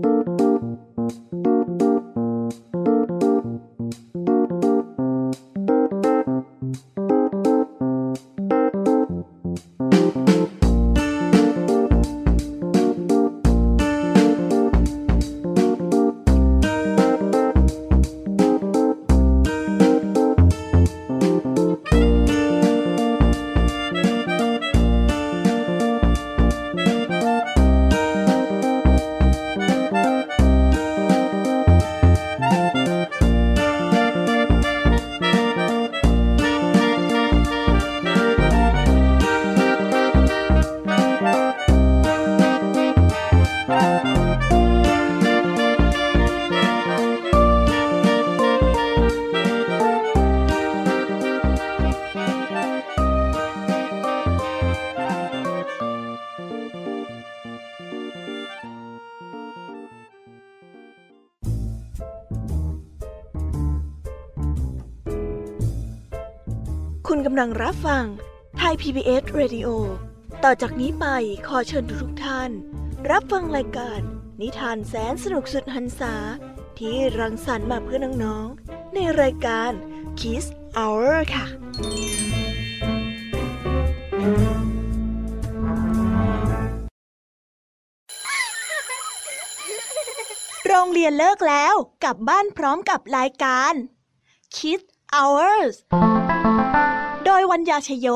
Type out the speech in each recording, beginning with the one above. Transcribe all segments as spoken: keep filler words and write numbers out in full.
คุณกำลังรับฟังไทย พี บี เอส Radio ต่อจากนี้ไปขอเชิญทุกท่านรับฟังรายการนิทานแสนสนุกสุดหรรษาที่รังสรรค์มาเพื่อน้องๆในรายการ Kids Hour ค่ะโรงเรียนเลิกแล้วกลับบ้านพร้อมกับรายการ Kids Hours โดยวัญญาชโย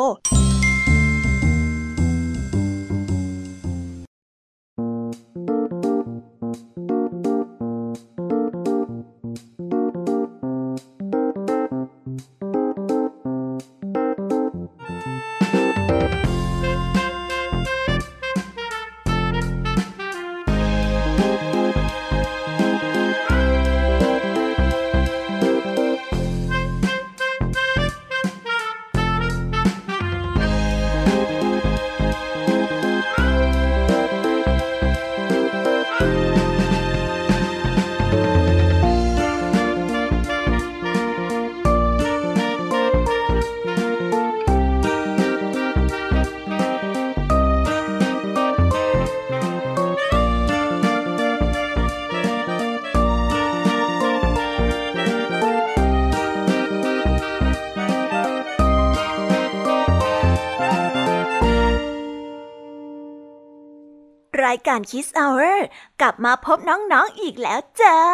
รายการ Kids Hour กลับมาพบน้องๆ อีกแล้วจ้า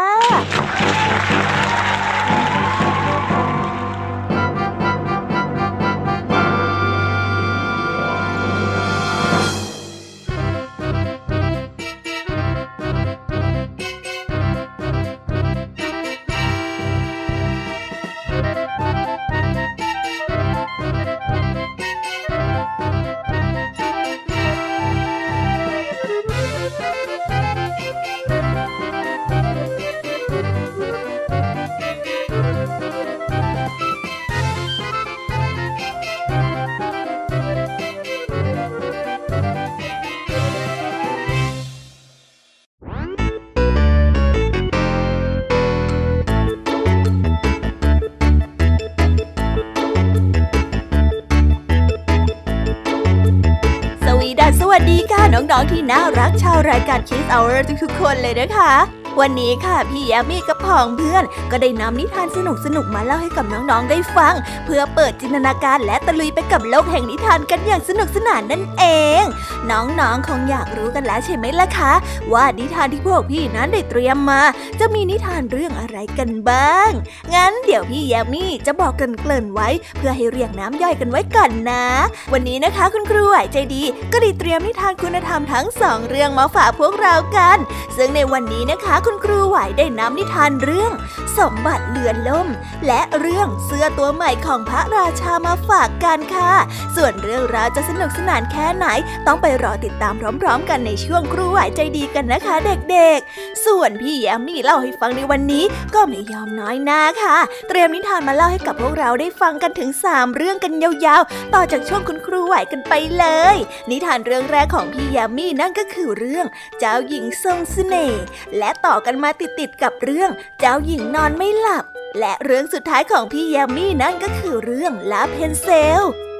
สวัสดีค่ะน้องๆที่น่ารักชาวรายการ Kids Hour ทุกๆคนเลยนะคะวันนี้ค่ะพี่แยมมี่กับพ้องเพื่อนก็ได้นำนิทานสนุกๆมาเล่าให้กับน้องๆได้ฟังเพื่อเปิดจินตนาการและตะลุยไปกับโลกแห่งนิทานกันอย่างสนุกสนานนั่นเองน้องๆคงอยากรู้กันแล้วใช่ไหมล่ะคะว่านิทานที่พวกพี่นั้นได้เตรียมมาจะมีนิทานเรื่องอะไรกันบ้างงั้นเดี๋ยวพี่แยมมี่จะบอกเกริ่นๆไว้เพื่อให้เรียงน้ำย่อยกันไว้ก่อนนะวันนี้นะคะคุณครูไหวใจดีก็ได้เตรียมนิทานคุณธรรมทั้งสองเรื่องมาฝากพวกเรากันซึ่งในวันนี้นะคะคุณครูไหวได้นำนิทานเรื่องสมบัติเรือล่มและเรื่องเสื้อตัวใหม่ของพระราชามาฝากกันค่ะส่วนเรื่องราวจะสนุกสนานแค่ไหนต้องไปรอติดตามพร้อมๆกันในช่วงครูไหวใจดีกันนะคะเด็กๆส่วนพี่แยมมี่เล่าให้ฟังในวันนี้ก็ไม่ยอมน้อยหน้าค่ะเตรียมนิทานมาเล่าให้กับพวกเราได้ฟังกันถึงสามเรื่องกันยาวๆต่อจากช่วงคุณครูไหวกันไปเลยนิทานเรื่องแรกของพี่แยมมี่นั่นก็คือเรื่องเจ้าหญิงทรงเสน่ห์และต่อกันมาติดๆกับเรื่องเจ้าหญิงนอนไม่หลับและเรื่องสุดท้ายของพี่แยมมี่นั่นก็คือเรื่องลาเพนเซล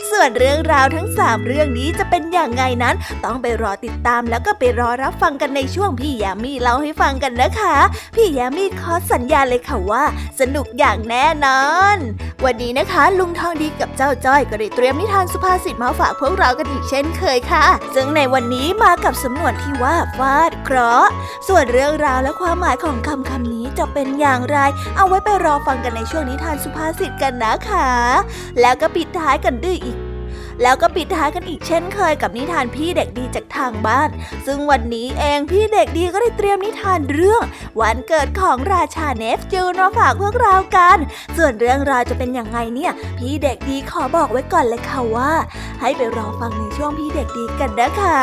ส่วนเรื่องราวทั้งสามเรื่องนี้จะเป็นอย่างไงนั้นต้องไปรอติดตามแล้วก็ไปรอรับฟังกันในช่วงพี่ยามีเล่าให้ฟังกันนะคะพี่ยามีขอสัญญาเลยค่ะว่าสนุกอย่างแน่นอนวันนี้นะคะลุงทองดีกับเจ้าจ้อยก็ได้เตรียมนิทานสุภาษิตมาฝากพวกเรากันอีกเช่นเคยค่ะซึ่งในวันนี้มากับสำนวนที่ว่าฟาดเคราะห์ส่วนเรื่องราวและความหมายของคำคำนี้จะเป็นอย่างไรเอาไว้ไปรอฟังกันในช่วงนิทานสุภาษิตกันนะคะแล้วก็ปิดท้ายกันด้วยอีกแล้วก็ปิดท้ายกันอีกเช่นเคยกับนิทานพี่เด็กดีจากทางบ้านซึ่งวันนี้เองพี่เด็กดีก็ได้เตรียมนิทานเรื่องวันเกิดของราชาเนฟจูนมาฝากพวกเรากันส่วนเรื่องราวจะเป็นอย่างไรเนี่ยพี่เด็กดีขอบอกไว้ก่อนเลยค่ะว่าให้ไปรอฟังในช่วงพี่เด็กดีกันนะคะ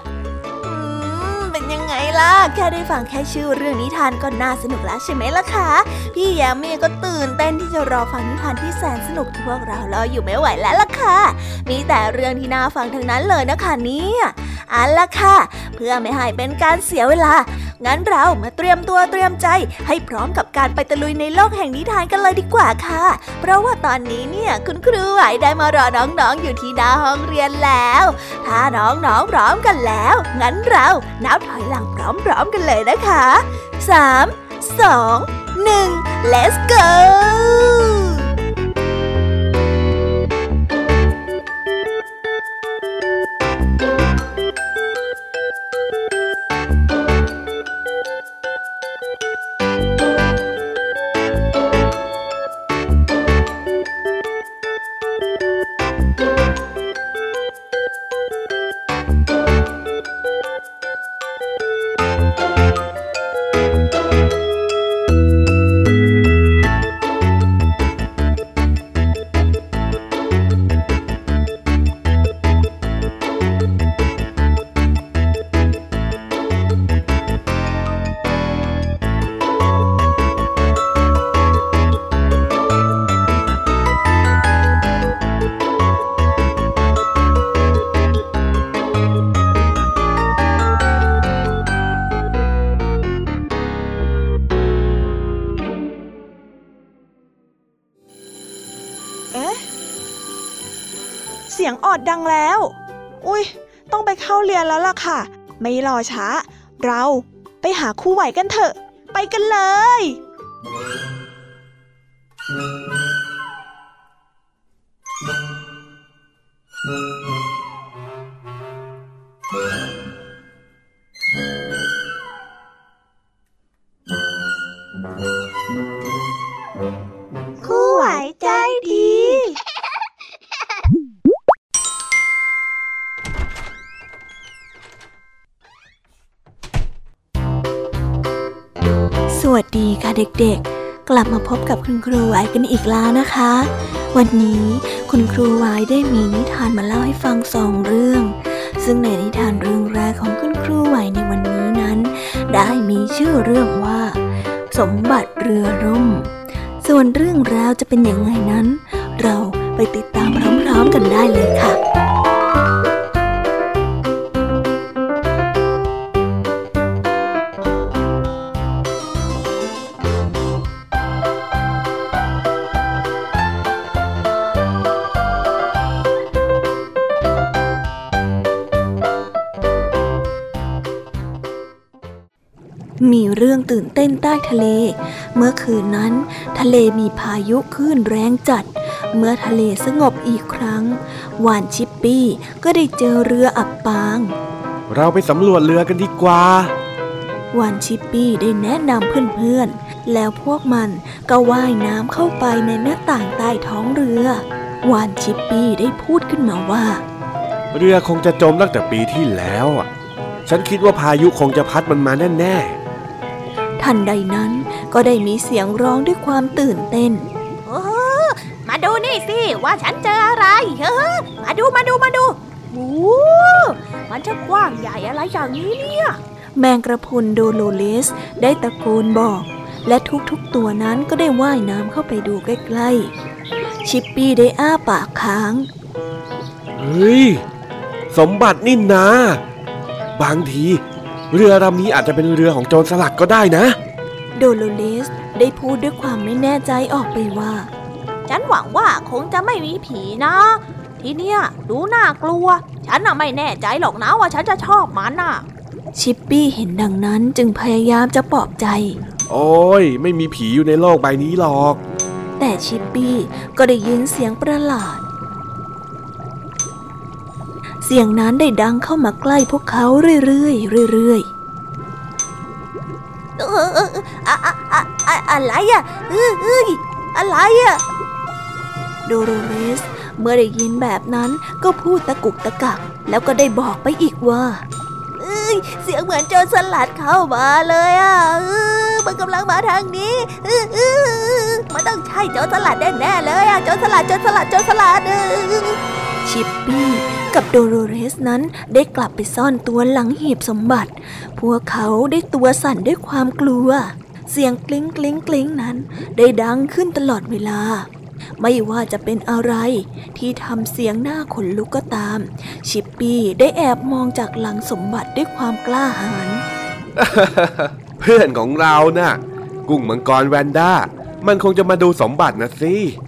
เป็นยังไงล่ะแค่ได้ฟังแค่ชื่อเรื่องนิทานก็น่าสนุกแล้วใช่ไหมล่ะคะพี่ยามีก็ตื่นเต้นที่จะรอฟังนิทานที่แสนสนุกที่พวกเรารออยู่ไม่ไหวแล้วล่ะค่ะมีแต่เรื่องที่น่าฟังทั้งนั้นเลยนะคะเนี่ยเอาล่ะค่ะเพื่อไม่ให้เป็นการเสียเวลางั้นเรามาเตรียมตัวเตรียมใจให้พร้อมกับการไปตะลุยในโลกแห่งนิทานกันเลยดีกว่าค่ะเพราะว่าตอนนี้เนี่ยคุณครูไหวได้มารอน้องๆ อ, อยู่ที่หน้าห้องเรียนแล้วถ้าน้องๆพร้อมกันแล้วงั้นเรานับถอยหลังพร้อมๆกันเลยนะคะสาม สอง หนึ่ง let's go เสียงออดดังแล้วอุ๊ยต้องไปเข้าเรียนแล้วล่ะค่ะไม่รอช้าเราไปหาครูไหวกันเถอะไปกันเลยครูไหวใจดีสวัสดีค่ะเด็กๆกลับมาพบกับคุณครูไหวกันอีกแล้วนะคะวันนี้คุณครูไหวได้มีนิทานมาเล่าให้ฟังสองเรื่องซึ่งในนิทานเรื่องแรกของคุณครูไหวในวันนี้นั้นได้มีชื่อเรื่องว่าสมบัติเรือร่มส่วนเรื่องราวจะเป็นยังไงนั้นเราไปติดตามพร้อมๆกันได้เลยค่ะมีเรื่องตื่นเต้นใต้ทะเลเมื่อคืนนั้นทะเลมีพายุคลื่นแรงจัดเมื่อทะเลสงบอีกครั้งวานชิปปี้ก็ได้เจอเรืออับปางเราไปสำรวจเรือกันดีกว่าวานชิปปี้ได้แนะนำเพื่อนๆแล้วพวกมันก็ว่ายน้ำเข้าไปในหน้าต่างใต้ท้องเรือวานชิปปี้ได้พูดขึ้นมาว่าเรือคงจะจมตั้งแต่ปีที่แล้วอ่ะฉันคิดว่าพายุคงจะพัดมันมาแน่ๆทันใดนั้นก็ได้มีเสียงร้องด้วยความตื่นเต้นโอ้มาดูนี่สิว่าฉันเจออะไรเฮ้อมาดูมาดูมาดูโอ้มันจะกว้างใหญ่อะไรอย่างนี้เนี่ยแมงกระพรุนโดโลเลสได้ตะโกนบอกและทุกๆตัวนั้นก็ได้ว่ายน้ำเข้าไปดูใกล้ๆชิปปี้ได้อ้าปากค้างเฮ้ยสมบัตินี่นาบางทีเรือลำนี้อาจจะเป็นเรือของโจรสลัดก็ได้นะโดโลเลสได้พูดด้วยความไม่แน่ใจออกไปว่าฉันหวังว่าคงจะไม่มีผีนะทที่เนี่ยดูน่ากลัวฉันน่ะไม่แน่ใจหรอกนะว่าฉันจะชอบมันน่ะชิปปี้เห็นดังนั้นจึงพยายามจะปลอบใจโอ้ยไม่มีผีอยู่ในโลกใบนี้หรอกแต่ชิปปี้ก็ได้ยินเสียงประหลาดเสียงนั้นได้ดังเข้ามาใกล้พวกเขาเรื่อยๆเรื่อยๆเออเอออะอะอะอะอะไรอ่ะเอ้ยเอ้ยอะไรอ่ะโดโรเรสเมื่อได้ยินแบบนั้นก็พูดตะกุกตะกักแล้วก็ได้บอกไปอีกว่าเอ้ยเสียงเหมือนโจรสลัดเข้ามาเลยอ่ะเออมันกำลังมาทางนี้เออเออมันต้องใช่โจรสลัดแน่ๆเลยอ่ะโจรสลัดโจรสลัดโจรสลัดเออชิปปี้กับโดโรเรสนั้นได้กลับไปซ่อนตัวหลังหีบสมบัติพวกเขาได้ตัวสั่นด้วยความกลัวเสียงกลิ้งกลิ้งกลิ้งนั้นได้ดังขึ้นตลอดเวลาไม่ว่าจะเป็นอะไรที่ทำเสียงหน้าขนลุกก็ตามชิปปี้ได้แอบมองจากหลังสมบัติด้วยความกล้าหาญเพื่อนของเราน่ะกุ้งมังกรแวนด้ามันคงจะมาดูสมบัตินะสิ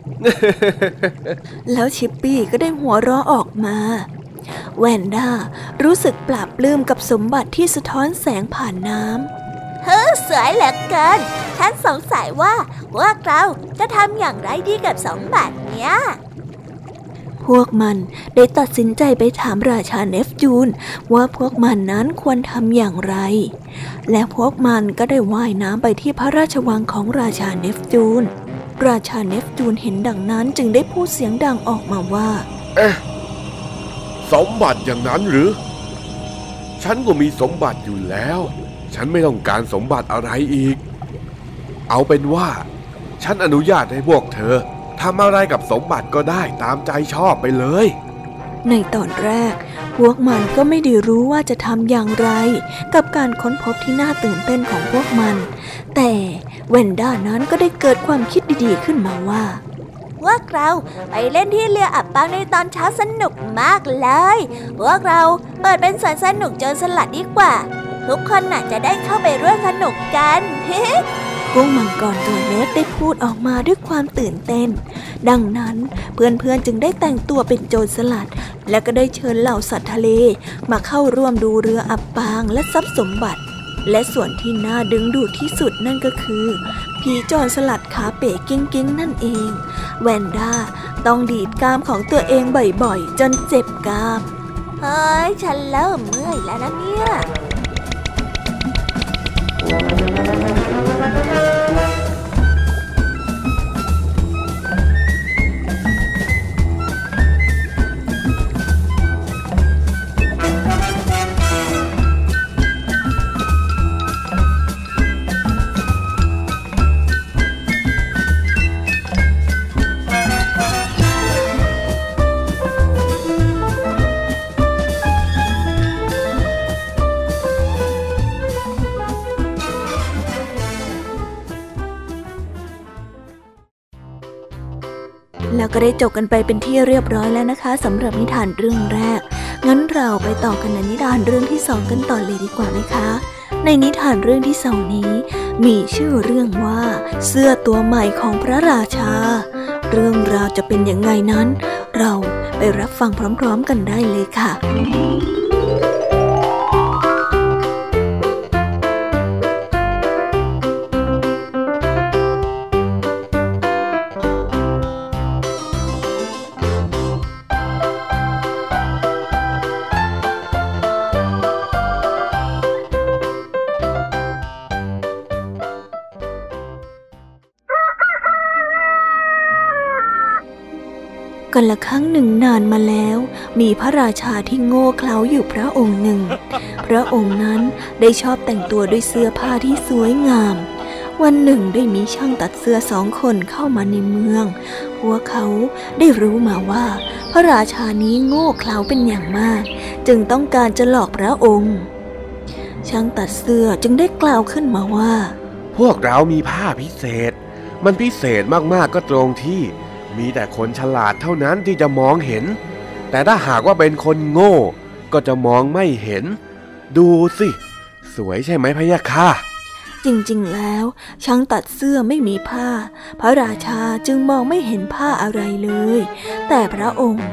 แล้วชิปปี้ก็ได้หัวเราะออกมาแวนด้ารู้สึกปลาบปลื้มกับสมบัติที่สะท้อนแสงผ่านน้ำเฮ้อสวยเหลือเกินฉันสงสัยว่าพวกเราจะทำอย่างไรดีกับสมบัติเนี้ยพวกมันได้ตัดสินใจไปถามราชาเนฟจูนว่าพวกมันนั้นควรทำอย่างไรและพวกมันก็ได้ว่ายน้ำไปที่พระราชวังของราชาเนฟจูนราชาเนฟจูนเห็นดังนั้นจึงได้พูดเสียงดังออกมาว่าเอ๊ะสมบัติอย่างนั้นหรือฉันก็มีสมบัติอยู่แล้วฉันไม่ต้องการสมบัติอะไรอีกเอาเป็นว่าฉันอนุญาตให้พวกเธอทำอะไรกับสมบัติก็ได้ตามใจชอบไปเลยในตอนแรกพวกมันก็ไม่ได้รู้ว่าจะทำอย่างไรกับการค้นพบที่น่าตื่นเต้นของพวกมันแต่แวนด้านั้นก็ได้เกิดความคิดดีๆขึ้นมาว่าพวกเราไปเล่นที่เรืออับปางในตอนเช้าสนุกมากเลยพวกเราเปิดเป็นสวนสนุกโจรสลัดดีกว่าทุกคนน่ะจะได้เข้าไปร่วมสนุกกันเฮ้กุ้งมังกรตัวเล็กได้พูดออกมาด้วยความตื่นเต้นดังนั้นเพื่อนๆจึงได้แต่งตัวเป็นโจรสลัดและก็ได้เชิญเหล่าสัตว์ทะเลมาเข้าร่วมดูเรืออับปางและทรัพย์สมบัติและส่วนที่น่าดึงดูดที่สุดนั่นก็คือผีโจรสลัดขาเป๋กิ้งกิ้งนั่นเองแวนด้าต้องดีดกรามของตัวเองบ่อยๆจนเจ็บกรามเฮ้ยฉันเริ่มเมื่อยแล้วนะเนี่ย แล้วก็ได้จบกันไปเป็นที่เรียบร้อยแล้วนะคะสำหรับนิทานเรื่องแรกงั้นเราไปต่อกันในนิทานเรื่องที่สองกันต่อเลยดีกว่าไหมคะในนิทานเรื่องที่สองนี้มีชื่อเรื่องว่าเสื้อตัวใหม่ของพระราชาเรื่องราวจะเป็นยังไงนั้นเราไปรับฟังพร้อมๆกันได้เลยค่ะกันละครั้งหนึ่งนานมาแล้วมีพระราชาที่โง่เขลาอยู่พระองค์หนึ่งพระองค์นั้นได้ชอบแต่งตัวด้วยเสื้อผ้าที่สวยงามวันหนึ่งได้มีช่างตัดเสื้อสองคนเข้ามาในเมืองพวกเขาได้รู้มาว่าพระราชานี้โง่เขลาเป็นอย่างมากจึงต้องการจะหลอกพระองค์ช่างตัดเสื้อจึงได้กล่าวขึ้นมาว่าพวกเรามีผ้าพิเศษมันพิเศษมากๆก็ตรงที่มีแต่คนฉลาดเท่านั้นที่จะมองเห็นแต่ถ้าหากว่าเป็นคนโง่ก็จะมองไม่เห็นดูสิสวยใช่ไหมพะยะค่ะจริงๆแล้วช่างตัดเสื้อไม่มีผ้าพระราชาจึงมองไม่เห็นผ้าอะไรเลยแต่พระองค์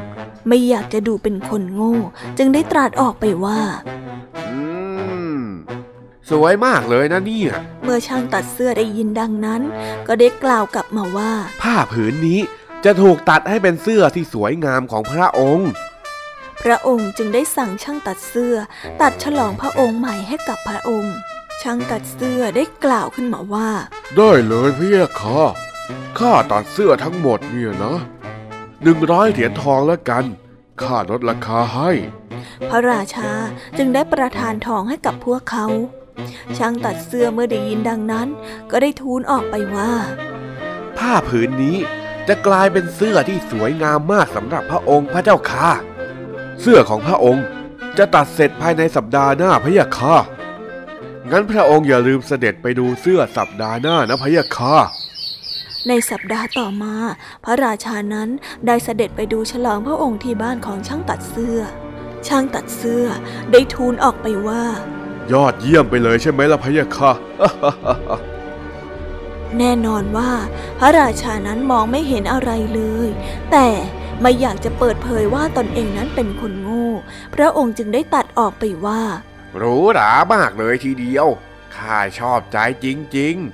ไม่อยากจะดูเป็นคนโง่จึงได้ตรัสออกไปว่าอืมสวยมากเลยนะเนี่ยเมื่อช่างตัดเสื้อได้ยินดังนั้นก็ได้กล่าวกลับมาว่าผ้าผืนนี้จะถูกตัดให้เป็นเสื้อที่สวยงามของพระองค์พระองค์จึงได้สั่งช่างตัดเสื้อตัดฉลองพระองค์ใหม่ให้กับพระองค์ช่างตัดเสื้อได้กล่าวขึ้นมาว่าได้เลยพี่ค่ะข้าตัดเสื้อทั้งหมดเนี่ยนะหนึ่งร้อยเหรียญทองแล้วกันข้าลดราคาให้พระราชาจึงได้ประทานทองให้กับพวกเขาช่างตัดเสื้อเมื่อได้ยินดังนั้นก็ได้ทูลออกไปว่าผ้าผืนนี้จะกลายเป็นเสื้อที่สวยงามมากสำหรับพระองค์พระเจ้าค่ะเสื้อของพระองค์จะตัดเสร็จภายในสัปดาห์หน้าพระยาค่ะงั้นพระองค์อย่าลืมเสด็จไปดูเสื้อสัปดาห์หน้านะพระยาค่ะในสัปดาห์ต่อมาพระราชานั้นได้เสด็จไปดูฉลองพระองค์ที่บ้านของช่างตัดเสื้อช่างตัดเสื้อได้ทูลออกไปว่ายอดเยี่ยมไปเลยใช่ไหมล่ะพระยาค่ะแน่นอนว่าพระราชานั้นมองไม่เห็นอะไรเลยแต่ไม่อยากจะเปิดเผยว่าตนเองนั้นเป็นคนโง่พระองค์จึงได้ตัดออกไปว่าหรูหรามากเลยทีเดียวข้าชอบใจจริง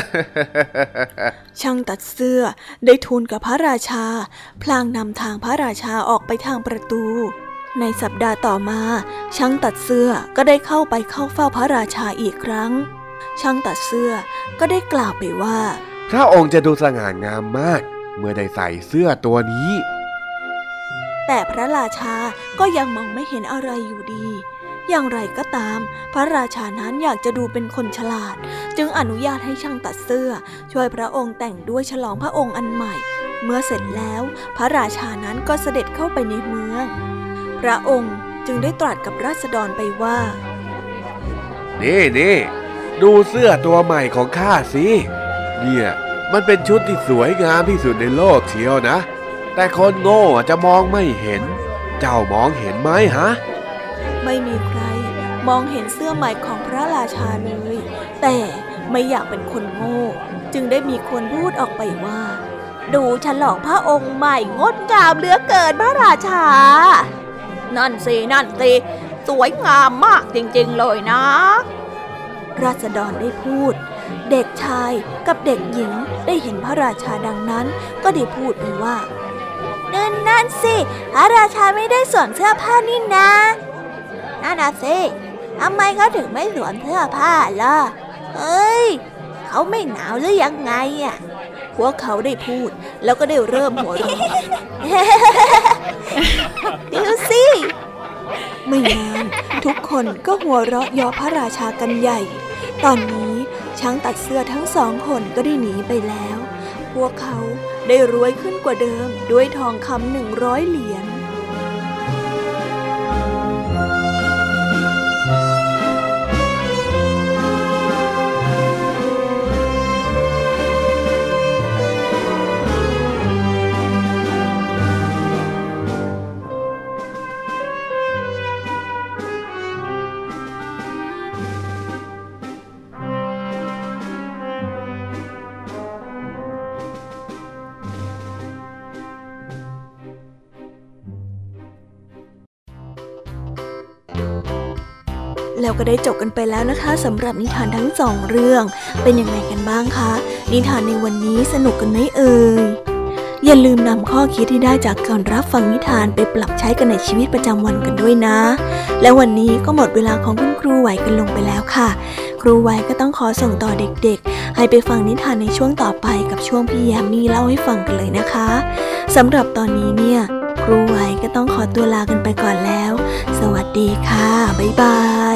ๆ ช่างตัดเสื้อได้ทูลกับพระราชาพลางนำทางพระราชาออกไปทางประตูในสัปดาห์ต่อมาช่างตัดเสื้อก็ได้เข้าไปเข้าเฝ้าพระราชาอีกครั้งช่างตัดเสื้อก็ได้กล่าวไปว่าพระองค์จะดูสง่างามมากเมื่อได้ใส่เสื้อตัวนี้แต่พระราชาก็ยังมองไม่เห็นอะไรอยู่ดีอย่างไรก็ตามพระราชานั้นอยากจะดูเป็นคนฉลาดจึงอนุญาตให้ช่างตัดเสื้อช่วยพระองค์แต่งด้วยฉลองพระองค์อันใหม่เมื่อเสร็จแล้วพระราชานั้นก็เสด็จเข้าไปในเมืองพระองค์จึงได้ตรัสกับราษฎรไปว่านี่นี่ดูเสื้อตัวใหม่ของข้าสิเนี่ยมันเป็นชุดที่สวยงามที่สุดในโลกเชียวนะแต่คนโง่จะมองไม่เห็นเจ้ามองเห็นไหมฮะไม่มีใครมองเห็นเสื้อใหม่ของพระราชาเลยแต่ไม่อยากเป็นคนโง่จึงได้มีคนพูดออกไปว่าดูฉลองพระองค์ใหม่งดงามเหลือเกินพระราชานั่นสินั่นสิสวยงามมากจริงๆเลยนะราษฎรได้พูดเด็กชายกับเด็กหญิงได้เห็นพระราชาดังนั้นก็ได้พูดไปว่านั่นนั่นสิพระราชาไม่ได้สวมเสื้อผ้านี่นะนั่นน่ะสิทำไมเขาถึงไม่สวมเสื้อผ้าล่ะเอ้ยเขาไม่หนาวหรือยังไงอ่ะพวกเขาได้พูดแล้วก็ได้เริ่มหัวเราะดูสิไม่นานทุกคนก็หัวเราะเยาะพระราชากันใหญ่ตอนนี้ช่างตัดเสื้อทั้งสองคนก็ได้หนีไปแล้วพวกเขาได้รวยขึ้นกว่าเดิมด้วยทองคำหนึ่งร้อยเหรียญแล้วก็ได้จบกันไปแล้วนะคะสำหรับนิทานทั้งสองเรื่องเป็นยังไงกันบ้างคะนิทานในวันนี้สนุกกันไหมเอ่ยอย่าลืมนำข้อคิดที่ได้จากการรับฟังนิทานไปปรับใช้กันในชีวิตประจำวันกันด้วยนะและวันนี้ก็หมดเวลาของคุณครูไหวกันลงไปแล้วค่ะครูไหวก็ต้องขอส่งต่อเด็กๆให้ไปฟังนิทานในช่วงต่อไปกับช่วงพี่แยมมี่เล่าให้ฟังกันเลยนะคะสำหรับตอนนี้เนี่ยครูไหวก็ต้องขอตัวลากันไปก่อนแล้วสวัสดีค่ะบ๊ายบาย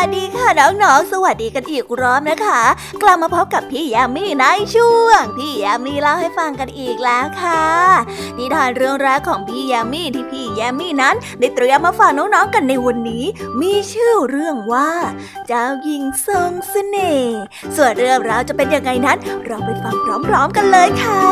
วัสดีค่ะน้องๆสวัสดีกันอีกรอบนะคะกลับมาพบกับพี่ยามีในช่วงพี่ยามีเล่าให้ฟังกันอีกแล้วค่ะนิทานเรื่องแรกของพี่ยามีที่พี่ยามีนั้นได้เตรียมมาฝากน้องๆกันในวันนี้มีชื่อเรื่องว่าเจ้าหญิงทรงเสน่ห์ส่วนเรื่องราวจะเป็นยังไงนั้นเราไปฟังพร้อมๆกันเลยค่ะ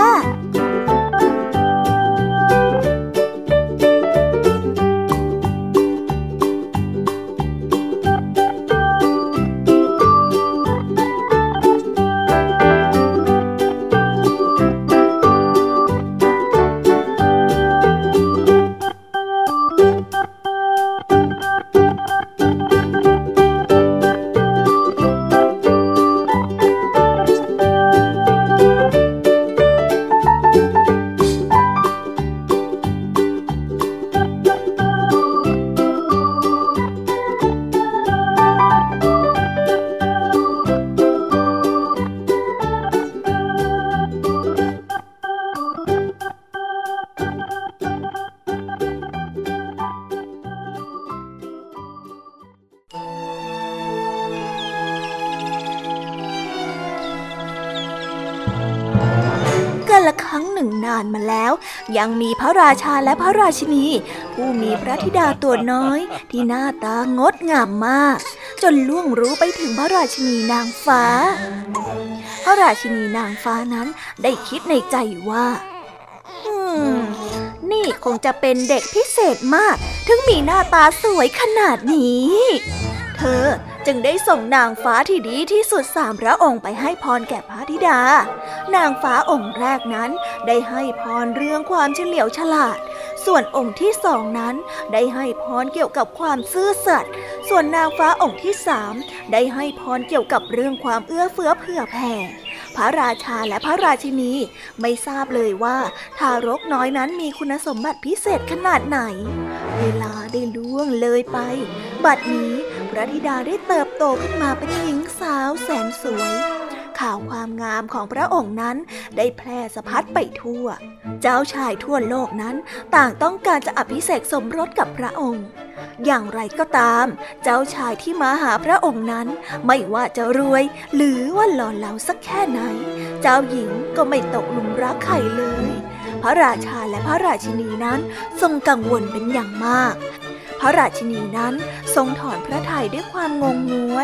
มาแล้วยังมีพระราชาและพระราชินีผู้มีพระธิดาตัวน้อยที่หน้าตางดงามมากจนล่วงรู้ไปถึงพระราชินีนางฟ้าพระราชินีนางฟ้านั้นได้คิดในใจว่าอืมนี่คงจะเป็นเด็กพิเศษมากถึงมีหน้าตาสวยขนาดนี้เธอจึงได้ส่งนางฟ้าที่ดีที่สุดสามพระองค์ไปให้พรแก่พระธิดานางฟ้าองค์แรกนั้นได้ให้พรเรื่องความเฉลียวฉลาดส่วนองค์ที่สองนั้นได้ให้พรเกี่ยวกับความซื่อสัตย์ส่วนนางฟ้าองค์ที่สามได้ให้พรเกี่ยวกับเรื่องความเอื้อเฟื้อเผื่อแผ่พระราชาและพระราชินีไม่ทราบเลยว่าทารกน้อยนั้นมีคุณสมบัติพิเศษขนาดไหนเวลาได้ล่วงเลยไปบัดนี้พระธิดาได้เติบโตขึ้นมาเป็นหญิงสาวแสนสวยข่าวความงามของพระองค์นั้นได้แพร่สะพัดไปทั่วเจ้าชายทั่วโลกนั้นต่างต้องการจะอภิเษกสมรสกับพระองค์อย่างไรก็ตามเจ้าชายที่มาหาพระองค์นั้นไม่ว่าจะรวยหรือว่าหล่อเหลาสักแค่ไหนเจ้าหญิงก็ไม่ตกหลุมรักใครเลยพระราชาและพระราชินีนั้นทรงกังวลเป็นอย่างมากพระราชินีนั้นทรงถอนพระทัยด้วยความงงงวย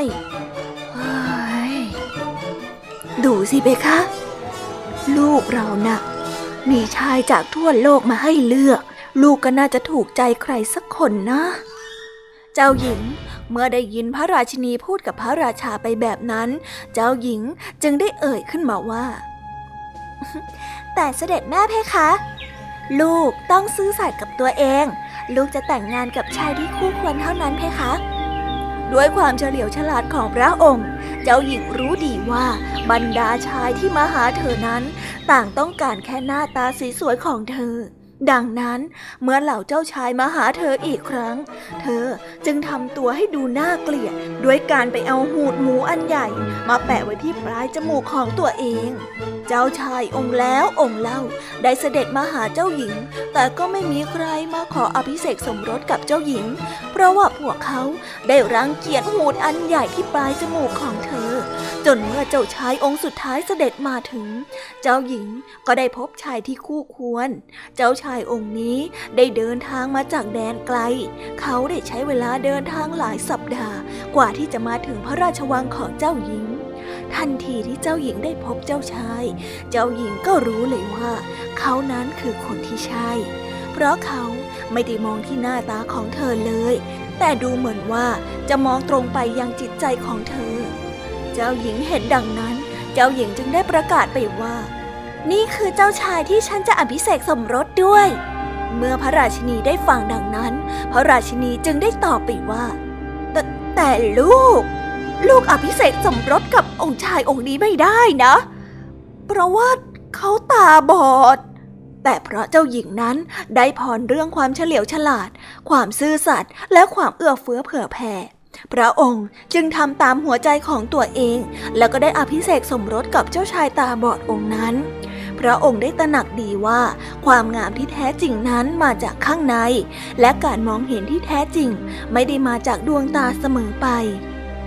ดูสิเบคะลูกเรานะ่ะมีชายจากทั่วโลกมาให้เลือกลูกก็น่าจะถูกใจใครสักคนนะเจ้าหญิงเมื่อได้ยินพระราชินีพูดกับพระราชาไปแบบนั้นเจ้าหญิงจึงได้เอ่ยขึ้นมาว่า แต่เสด็จแม่เพคะลูกต้องซื่อสัตย์กับตัวเองลูกจะแต่งงานกับชายที่คู่ควรเท่านั้นเพคะด้วยความเฉลียวฉลาดของพระองค์เจ้าหญิงรู้ดีว่าบรรดาชายที่มาหาเธอนั้นต่างต้องการแค่หน้าตาสวยๆของเธอดังนั้นเมื่อเหล่าเจ้าชายมาหาเธออีกครั้งเธอจึงทำตัวให้ดูน่าเกลียดด้วยการไปเอาหูดหมูอันใหญ่มาแปะไว้ที่ปลายจมูกของตัวเองเจ้าชายองค์แล้วองค์เล่าได้เสด็จมาหาเจ้าหญิงแต่ก็ไม่มีใครมาขออภิเษกสมรสกับเจ้าหญิงเพราะว่าพวกเขาได้รังเกียจหูดอันใหญ่ที่ปลายจมูกของเธอจนเมื่อเจ้าชายองค์สุดท้ายเสด็จมาถึงเจ้าหญิงก็ได้พบชายที่คู่ควรเจ้าชายองค์นี้ได้เดินทางมาจากแดนไกลเขาได้ใช้เวลาเดินทางหลายสัปดาห์กว่าที่จะมาถึงพระราชวังของเจ้าหญิงทันทีที่เจ้าหญิงได้พบเจ้าชายเจ้าหญิงก็รู้เลยว่าเขานั้นคือคนที่ใช่เพราะเขาไม่ได้มองที่หน้าตาของเธอเลยแต่ดูเหมือนว่าจะมองตรงไปยังจิตใจของเธอเจ้าหญิงเห็นดังนั้นเจ้าหญิงจึงได้ประกาศไปว่านี่คือเจ้าชายที่ฉันจะอภิเษกสมรสด้วยเมื่อพระราชินีได้ฟังดังนั้นพระราชินีจึงได้ตอบไปว่าแต่แต่ลูกลูกอภิเษกสมรสกับองค์ชายองค์นี้ไม่ได้นะเพราะว่าเขาตาบอดแต่เพราะเจ้าหญิงนั้นได้พรเรื่องความเฉลียวฉลาดความซื่อสัตย์และความเอื้อเฟื้อเผื่อแผ่พระองค์จึงทำตามหัวใจของตัวเองแล้วก็ได้อภิเษกสมรสกับเจ้าชายตาบอดองค์นั้น พระองค์ได้ตระหนักดีว่าความงามที่แท้จริงนั้นมาจากข้างในและการมองเห็นที่แท้จริงไม่ได้มาจากดวงตาเสมอไป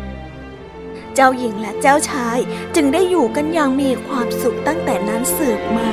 เจ้าหญิงและเจ้าชายจึงได้อยู่กันอย่างมีความสุขตั้งแต่นั้นสืบมา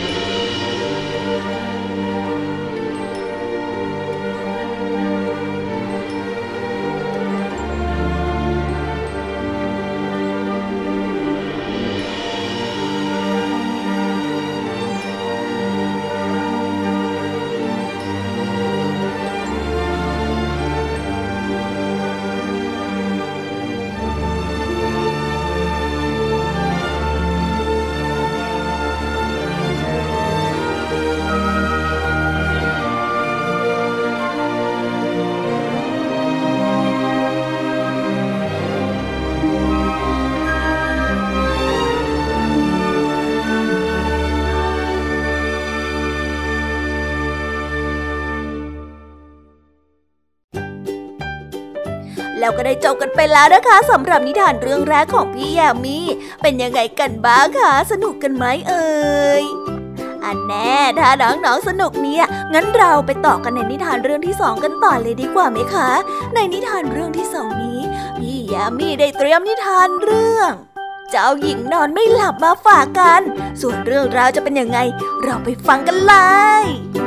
แล้วก็ได้จบกันไปแล้วนะคะสำหรับนิทานเรื่องแรกของพี่ยามีเป็นยังไงกันบ้างคะสนุกกันไหมเอ่ยอันแน่ถ้าน้องๆสนุกเนี่ยงั้นเราไปต่อกันในนิทานเรื่องที่สองกันต่อเลยดีกว่าไหมคะในนิทานเรื่องที่สองนี้พี่ยามีได้เตรียมนิทานเรื่องเจ้าหญิงนอนไม่หลับมาฝากกันส่วนเรื่องราวจะเป็นยังไงเราไปฟังกันเลย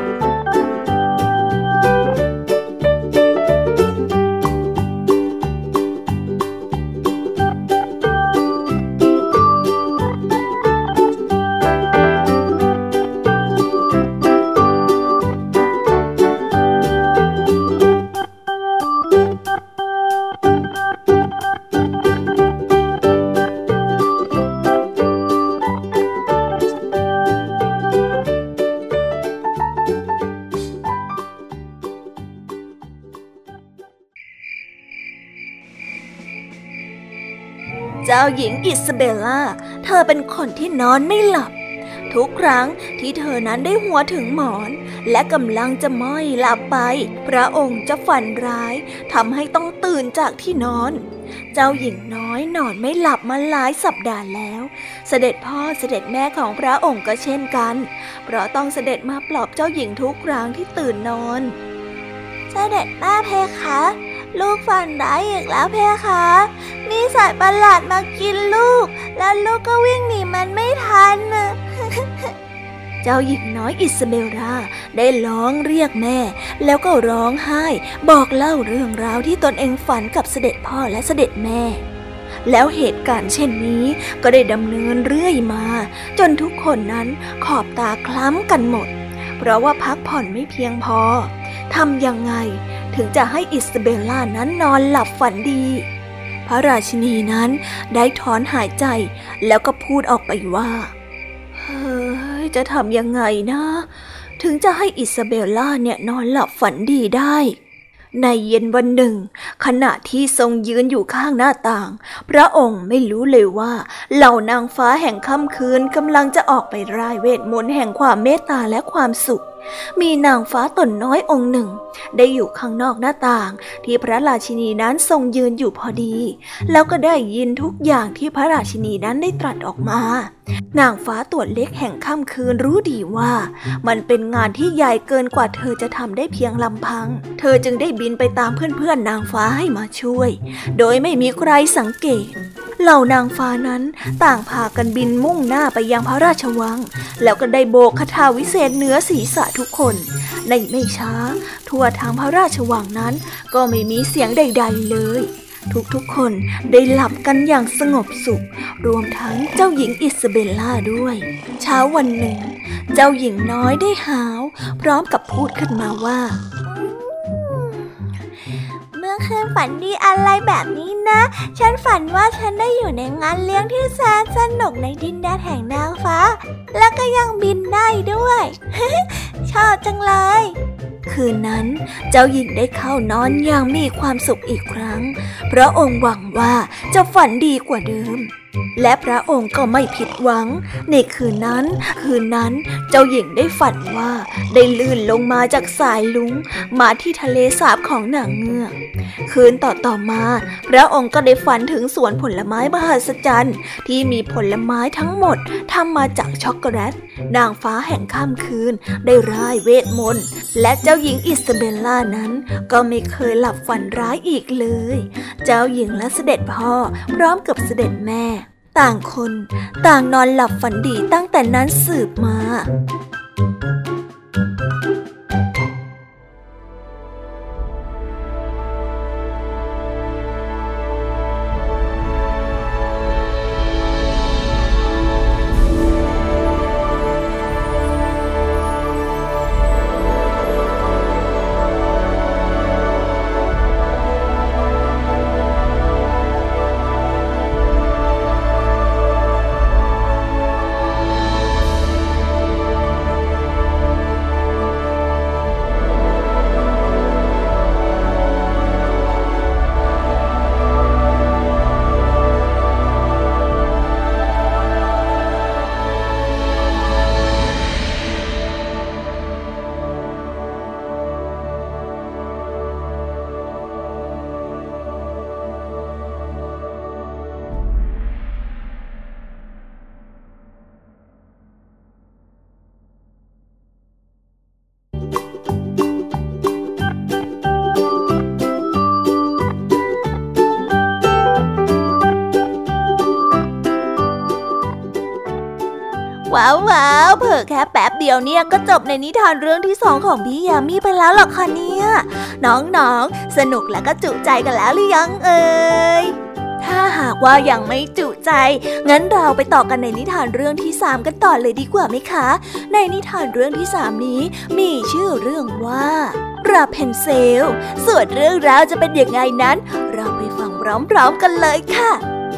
เจ้าหญิงอิซาเบลล่าเธอเป็นคนที่นอนไม่หลับทุกครั้งที่เธอนั้นได้หัวถึงหมอนและกำลังจะม้อยหลับไปพระองค์จะฝันร้ายทำให้ต้องตื่นจากที่นอนเจ้าหญิงน้อยนอนไม่หลับมาหลายสัปดาห์แล้วเสด็จพ่อเสด็จแม่ของพระองค์ก็เช่นกันเพราะต้องเสด็จมาปลอบเจ้าหญิงทุกครั้งที่ตื่นนอนเสด็จแม่เพคะลูกฝันร้ายอีกแล้วเพคะมีสัตว์ประหลาดมากินลูกแล้วลูกก็วิ่งหนีมันไม่ทัน เจ้าหญิงน้อยอิซาเบลล่าได้ร้องเรียกแม่แล้วก็ร้องไห้บอกเล่าเรื่องราวที่ตนเองฝันกับเสด็จพ่อและเสด็จแม่แล้วเหตุการณ์เช่นนี้ก็ได้ดำเนินเรื่อยมาจนทุกคนนั้นขอบตาคล้ำกันหมดเพราะว่าพักผ่อนไม่เพียงพอทำยังไงถึงจะให้อิซาเบลล่านั้นนอนหลับฝันดีพระราชินีนั้นได้ถอนหายใจแล้วก็พูดออกไปว่าเฮ้ยจะทำยังไงนะถึงจะให้อิซาเบลล่าเนี่ยนอนหลับฝันดีได้ในเย็นวันหนึ่งขณะที่ทรงยืนอยู่ข้างหน้าต่างพระองค์ไม่รู้เลยว่าเหล่านางฟ้าแห่งค่ำคืนกำลังจะออกไปร่ายเวทมนต์แห่งความเมตตาและความสุขมีนางฟ้าตนน้อยองค์หนึ่งได้อยู่ข้างนอกหน้าต่างที่พระราชินีนั้นทรงยืนอยู่พอดีแล้วก็ได้ยินทุกอย่างที่พระราชินีนั้นได้ตรัสออกมานางฟ้าตัวเล็กแห่งค่ำคืนรู้ดีว่ามันเป็นงานที่ใหญ่เกินกว่าเธอจะทำได้เพียงลำพังเธอจึงได้บินไปตามเพื่อนๆนางฟ้าให้มาช่วยโดยไม่มีใครสังเกตเหล่านางฟ้านั้นต่างพากันบินมุ่งหน้าไปยังพระราชวังแล้วก็ได้โบกคาถาวิเศษเหนือศีรษะทุกคนในไม่ช้าทั่วทางพระราชวังนั้นก็ไม่มีเสียงใดๆเลยทุกๆคนได้หลับกันอย่างสงบสุขรวมทั้งเจ้าหญิงอิซาเบลล่าด้วยเช้าวันหนึ่งเจ้าหญิงน้อยได้หาวพร้อมกับพูดขึ้นมาว่าเมื่อคืนฝันดีอะไรแบบนี้นะฉันฝันว่าฉันได้อยู่ในงานเลี้ยงที่แสนสนุกในดินแดนแห่งนางฟ้าแล้วก็ยังบินได้ด้วย ชอบจังเลยคืนนั้นเจ้าหญิงได้เข้านอนอย่างมีความสุขอีกครั้งเพราะองค์หวังว่าจะฝันดีกว่าเดิมและพระองค์ก็ไม่ผิดหวังในคืนนั้นคืนนั้นเจ้าหญิงได้ฝันว่าได้ลื่นลงมาจากสายลุงมาที่ทะเลสาบของนางเงือกคืนต่อต่อมาพระองค์ก็ได้ฝันถึงสวนผลไม้มหัศจรรย์ที่มีผลไม้ทั้งหมดทำมาจากช็อกโกแลตนางฟ้าแห่งค่ำคืนได้ร่ายเวทมนต์และเจ้าหญิงอิซาเบลล่านั้นก็ไม่เคยหลับฝันร้ายอีกเลยเจ้าหญิงและเสด็จพ่อพร้อมกับเสด็จแม่ต่างคนต่างนอนหลับฝันดีตั้งแต่นั้นสืบมาว้าวว้าวเผลอแค่แป๊บเดียวเนี่ยก็จบในนิทานเรื่องที่สองของพี่ยามีไปแล้วหรอกค่ะเนี่ยน้องๆสนุกและก็จุใจกันแล้วหรือยังเอ่ยถ้าหากว่ายังไม่จุใจงั้นเราไปต่อกันในนิทานเรื่องที่สามกันต่อเลยดีกว่าไหมคะในนิทานเรื่องที่สามนี้มีชื่อเรื่องว่าราเพนเซลส่วนเรื่องราวจะเป็นยังไงนั้นเราไปฟังพร้อมๆกันเลยค่ะ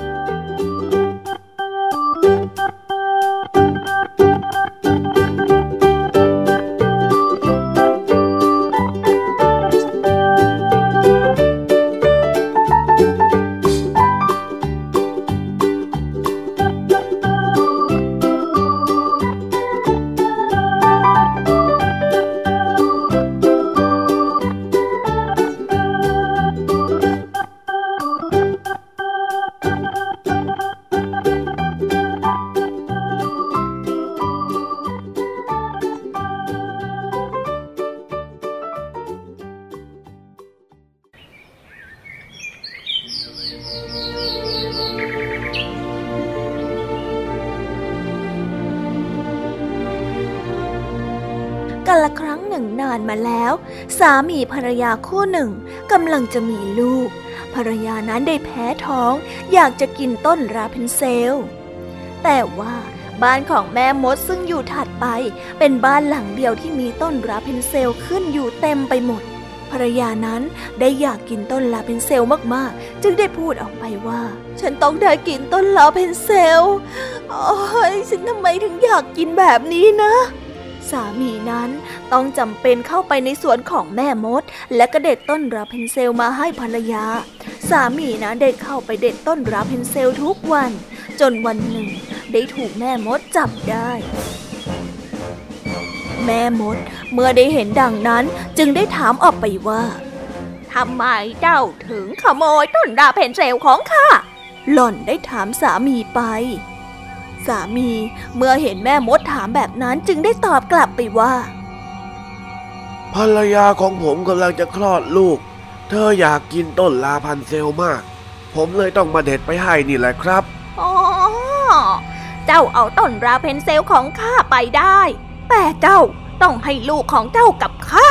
กาลครั้งหนึ่งนานมาแล้วสามีภรรยาคู่หนึ่งกำลังจะมีลูกภรรยานั้นได้แพ้ท้องอยากจะกินต้นราเพนเซลแต่ว่าบ้านของแม่มดซึ่งอยู่ถัดไปเป็นบ้านหลังเดียวที่มีต้นราเพนเซลขึ้นอยู่เต็มไปหมดภรรยานั้นได้อยากกินต้นราเพนเซลมากๆจึงได้พูดออกไปว่าฉันต้องได้กินต้นราเพนเซลโอ้ยฉันทำไมถึงอยากกินแบบนี้นะสามีนั้นต้องจำเป็นเข้าไปในสวนของแม่มดและก็เด็ดต้นราเพนเซลมาให้ภรรยาสามีนั้นได้เข้าไปเด็ดต้นราเพนเซลทุกวันจนวันหนึ่งได้ถูกแม่มดจับได้แม่มดเมื่อได้เห็นดังนั้นจึงได้ถามออกไปว่าทำไมเจ้าถึงขโมยต้นราเพนเซลของข้าหล่อนได้ถามสามีไปสามีเมื่อเห็นแม่มดถามแบบนั้นจึงได้ตอบกลับไปว่าภรรยาของผมกำลังจะคลอดลูกเธออยากกินต้นราพันเซลมากผมเลยต้องมาเด็ดไปให้นี่แหละครับอ๋อเจ้าเอาต้นราเพนเซลของข้าไปได้แต่เจ้าต้องให้ลูกของเจ้ากับข้า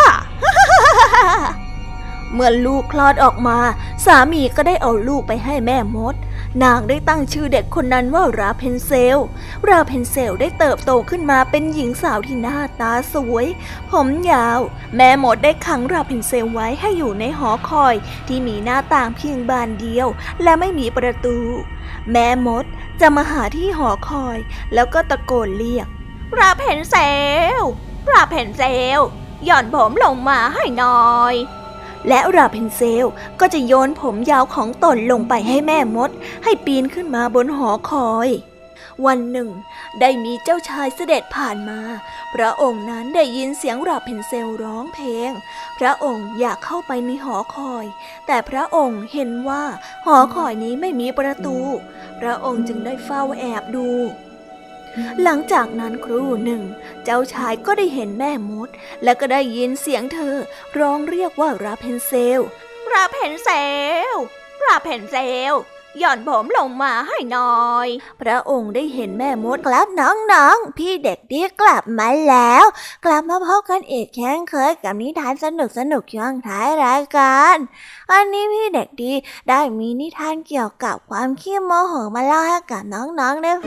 เมื่อลูกคลอดออกมาสามีก็ได้เอาลูกไปให้แม่มดนางได้ตั้งชื่อเด็กคนนั้นว่าราเพนเซลราเพนเซลได้เติบโตขึ้นมาเป็นหญิงสาวที่หน้าตาสวยผมยาวแม่มดได้ขังราเพนเซลไว้ให้อยู่ในหอคอยที่มีหน้าต่างเพียงบานเดียวและไม่มีประตูแม่มดจะมาหาที่หอคอยแล้วก็ตะโกนเรียกราเพนเซลราเพนเซลหย่อนผมลงมาให้หน่อยและราพันเซลก็จะโยนผมยาวของตนลงไปให้แม่มดให้ปีนขึ้นมาบนหอคอยวันหนึ่งได้มีเจ้าชายเสด็จผ่านมาพระองค์นั้นได้ยินเสียงราพันเซลร้องเพลงพระองค์อยากเข้าไปในหอคอยแต่พระองค์เห็นว่าหอคอยนี้ไม่มีประตูพระองค์จึงได้เฝ้าแอบดูหลังจากนั้นครู่หนึ่งเจ้าชายก็ได้เห็นแม่มดและก็ได้ยินเสียงเธอร้องเรียกว่าราพันเซลราพันเซลราพันเซลหย่อนผมลงมาให้หน่อยพระองค์ได้เห็นแม่มดกลับน้องๆพี่เด็กดีกลับมาแล้วกลับมาพบกันอีกเช่นเคยกับนิทานสนุกสนุกช่วงท้ายรายการวันนี้พี่เด็กดีได้มีนิทานเกี่ยวกับความขี้โมโหมาเล่าให้กับน้องๆได้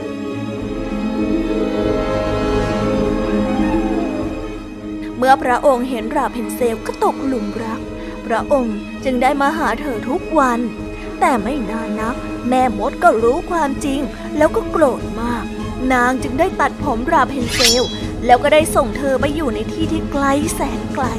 เมื่อพระองค์เห็นราพันเซลก็ตกหลุมรักพระองค์จึงได้มาหาเธอทุกวันแต่ไม่นานนักแม่มดก็รู้ความจริงแล้วก็โกรธมากนางจึงได้ตัดผมราพันเซลแล้วก็ได้ส่งเธอไปอยู่ในที่ที่ไกลแสนไกล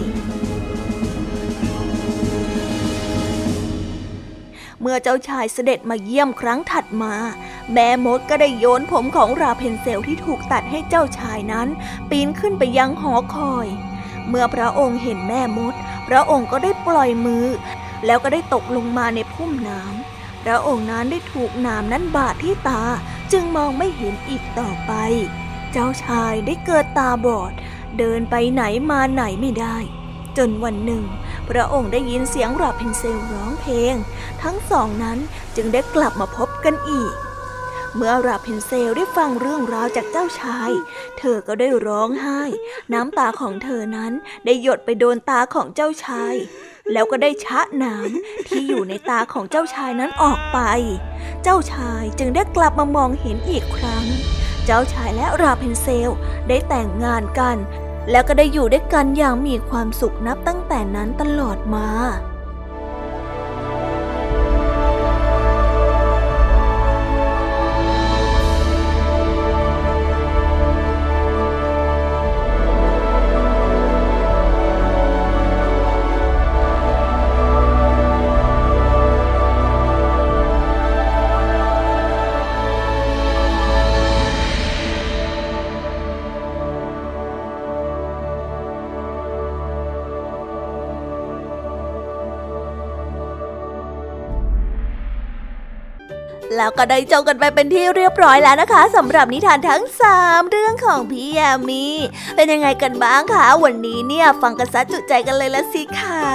เมื่อเจ้าชายเสด็จมาเยี่ยมครั้งถัดมาแม่มดก็ได้โยนผมของราพันเซลที่ถูกตัดให้เจ้าชายนั้นปีนขึ้นไปยังหอคอยเมื่อพระองค์เห็นแม่มดพระองค์ก็ได้ปล่อยมือแล้วก็ได้ตกลงมาในพุ่มน้ำพระองค์นั้นได้ถูกน้ำนั้นบาดที่ตาจึงมองไม่เห็นอีกต่อไปเจ้าชายได้เกิดตาบอดเดินไปไหนมาไหนไม่ได้จนวันหนึ่งพระองค์ได้ยินเสียงราพันเซลร้องเพลงทั้งสองนั้นจึงได้กลับมาพบกันอีกเมื่อราพันเซลได้ฟังเรื่องราวจากเจ้าชายเธอก็ได้ร้องไห้น้ำตาของเธอนั้นได้หยดไปโดนตาของเจ้าชายแล้วก็ได้ชะน้ำที่อยู่ในตาของเจ้าชายนั้นออกไปเจ้าชายจึงได้กลับมามองเห็นอีกครั้งเจ้าชายและราพันเซลได้แต่งงานกันแล้วก็ได้อยู่ด้วยกันอย่างมีความสุขนับตั้งแต่นั้นตลอดมาแล้วก็ได้จบกันไปเป็นที่เรียบร้อยแล้วนะคะสำหรับนิทานทั้งสามเรื่องของพี่ยามีเป็นยังไงกันบ้างคะวันนี้เนี่ยฟังกันซะจุใจกันเลยละสิคะ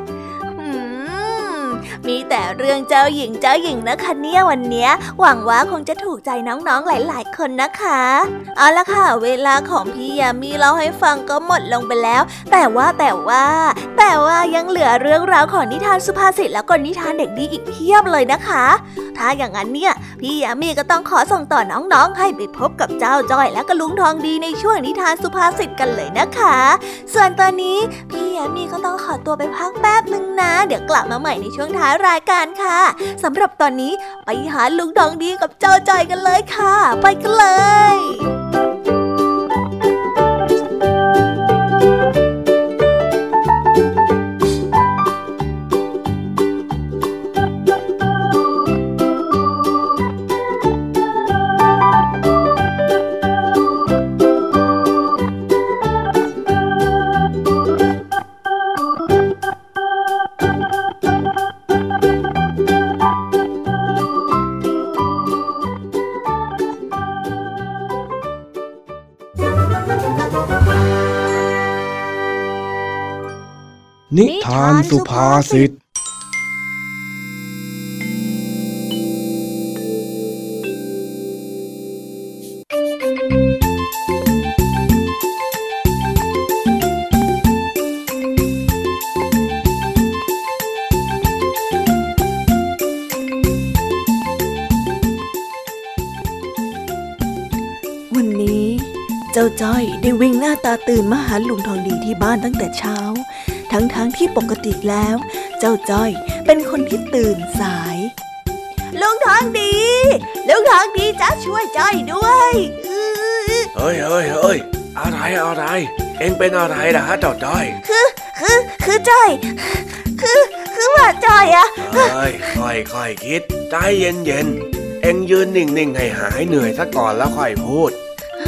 มีแต่เรื่องเจ้าหญิงเจ้าหญิงนะคะเนี่ยวันนี้หวังว่าคงจะถูกใจน้องๆหลายๆคนนะคะเอาละค่ะเวลาของพี่ยามีเล่าให้ฟังก็หมดลงไปแล้วแต่ว่าแต่ว่าแต่ว่ายังเหลือเรื่องราวของนิทานสุภาษิตแล้วก็นิทานเด็กดีอีกเพียบเลยนะคะถ้าอย่างนั้นเนี่ยพี่ยามีก็ต้องขอส่งต่อน้องๆให้ไปพบกับเจ้าจ้อยและก็ลุงทองดีในช่วงนิทานสุภาษิตกันเลยนะคะส่วนตอนนี้พี่ยามีก็ต้องขอตัวไปพักแป๊บนึงนะเดี๋ยวกลับมาใหม่ในช่วงท้ายรายการค่ะสำหรับตอนนี้ไปหาลุงทองดีกับเจ้าจ้อยกันเลยค่ะไปกันเลยนิทานสุภาษิตวันนี้เจ้าจ้อยได้วิ่งหน้าตาตื่นมาหาลุงทองดีที่บ้านตั้งแต่เช้าทั้งๆ ท, ที่ปกติแล้วเจ้าจ้อยเป็นคนที่ตื่นสายลุงทองดีลุงทองดีจะช่วยจ้อยด้วยเฮ้ยเฮ้ยเฮ้ยอะไรอะไรเอ็งเป็นอะไรนะฮะเจ้าจ้อยคือคือคือจ้อยคือคือว่าจ้อยอะเฮ้ยค่อยค่อยคิดใจเย็นเย็นเอ็งยืนนิ่งๆให้หายเหนื่อยซะก่อนแล้วค่อยพูด